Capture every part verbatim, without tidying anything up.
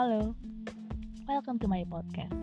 Halo, welcome to my podcast.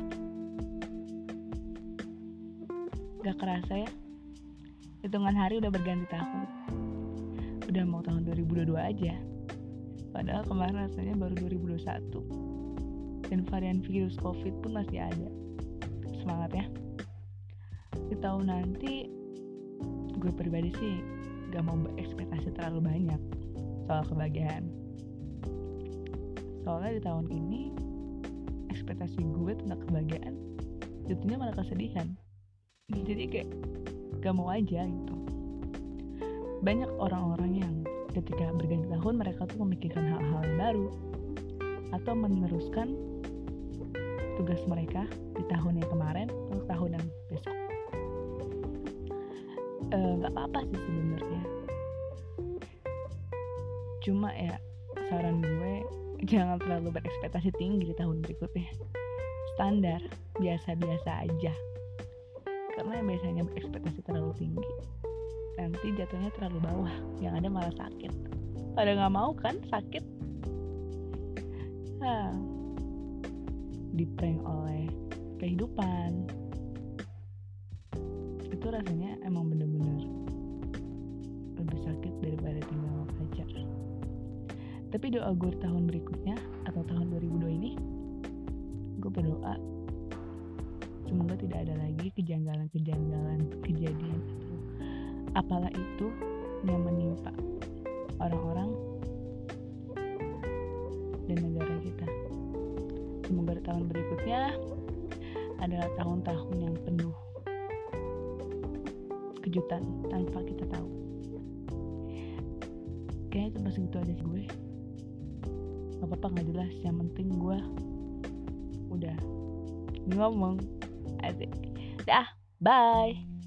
Gak kerasa ya, hitungan hari udah berganti tahun. Udah mau tahun dua ribu dua puluh dua aja. Padahal kemarin rasanya baru dua ribu dua puluh satu. Dan varian virus covid pun masih ada. Semangat ya. Di tahun nanti, gue pribadi sih gak mau berekspektasi terlalu banyak soal kebahagiaan. Soalnya di tahun ini ekspektasi gue tentang kebahagiaan jatuhnya malah kesedihan. Jadi kayak gak mau aja gitu. Banyak orang-orang yang ketika berganti tahun mereka tuh memikirkan hal-hal yang baru atau meneruskan tugas mereka di tahun yang kemarin untuk tahun yang besok. e, Gak apa-apa sih sebenarnya. Cuma ya saran gue, jangan terlalu berekspektasi tinggi di tahun berikutnya. Standar, biasa-biasa aja. Karena biasanya berekspektasi terlalu tinggi, nanti jatuhnya terlalu bawah, yang ada malah sakit. Pada gak mau kan sakit? Hah, diprank oleh kehidupan. Itu rasanya emang bener-bener lebih sakit daripada tinggal sama pacar. Tapi doa gue di tahun berikutnya atau tahun dua ribu dua ini, gue berdoa semoga tidak ada lagi kejanggalan-kejanggalan kejadian atau apalah itu yang menimpa orang-orang dan negara kita. Semoga di tahun berikutnya adalah tahun-tahun yang penuh kejutan tanpa kita tahu. Kayaknya cuma segitu aja sih gue. Gak apa-apa, gak jelas. Yang penting gue udah ngomong. Asik. Dah, bye.